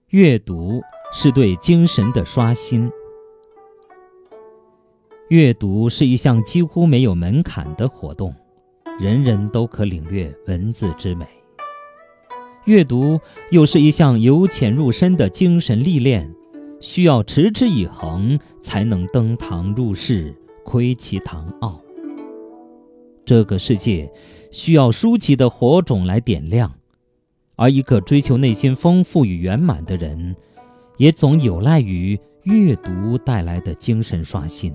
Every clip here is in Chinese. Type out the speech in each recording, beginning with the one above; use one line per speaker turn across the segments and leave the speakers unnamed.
阅读是对精神的刷新。阅读是一项几乎没有门槛的活动，人人都可领略文字之美。阅读又是一项由浅入深的精神历练，需要持之以恒才能登堂入室，窥其堂奥。这个世界需要书籍的火种来点亮，而一个追求内心丰富与圆满的人，也总有赖于阅读带来的精神刷新。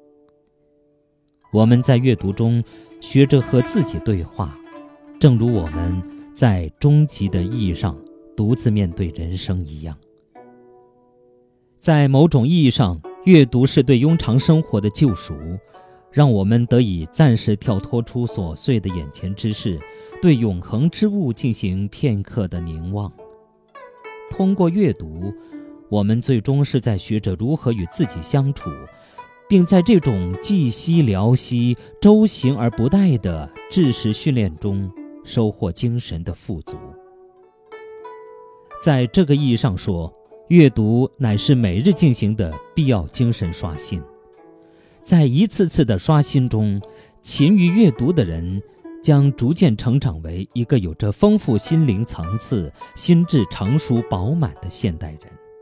我们在阅读中学着和自己对话，正如我们在终极的意义上独自面对人生一样。在某种意义上，阅读是对庸常生活的救赎，让我们得以暂时跳脱出琐碎的眼前之事，对永恒之物进行片刻的凝望。通过阅读，我们最终是在学着如何与自己相处，并在这种既息辽息、周行而不殆的知识训练中收获精神的富足。在这个意义上说，阅读乃是每日进行的必要精神刷新。在一次次的刷新中，勤于阅读的人将逐渐成长为一个有着丰富心灵层次、心智成熟饱满的现代人。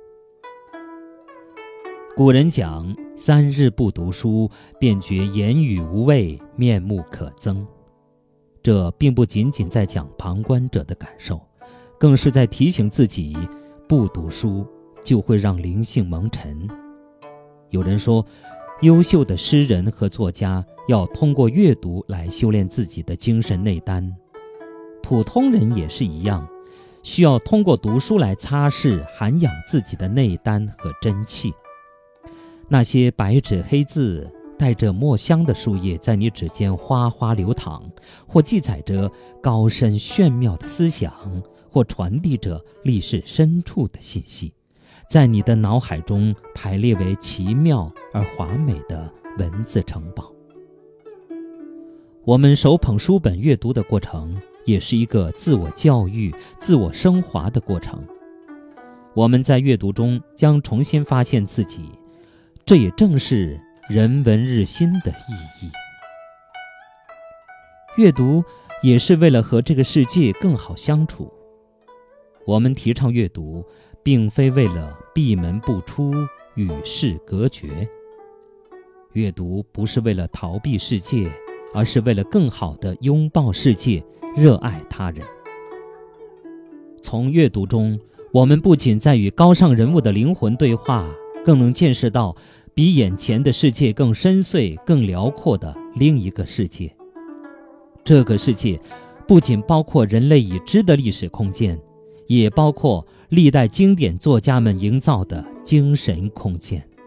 古人讲，3日不读书，便觉言语无味，面目可憎。这并不仅仅在讲旁观者的感受，更是在提醒自己，不读书就会让灵性蒙尘。有人说，优秀的诗人和作家要通过阅读来修炼自己的精神内丹，普通人也是一样，需要通过读书来擦拭、涵养自己的内丹和真气。那些白纸黑字带着墨香的书页在你指尖哗哗流淌，或记载着高深玄妙的思想，或传递着历史深处的信息，在你的脑海中排列为奇妙而华美的文字城堡。我们手捧书本阅读的过程，也是一个自我教育、自我升华的过程。我们在阅读中将重新发现自己，这也正是人文日新的意义。阅读也是为了和这个世界更好相处。我们提倡阅读，并非为了闭门不出、与世隔绝。阅读不是为了逃避世界，而是为了更好地拥抱世界，热爱他人。从阅读中，我们不仅在与高尚人物的灵魂对话，更能见识到比眼前的世界更深邃、更辽阔的另一个世界。这个世界不仅包括人类已知的历史空间，也包括历代经典作家们营造的精神空间。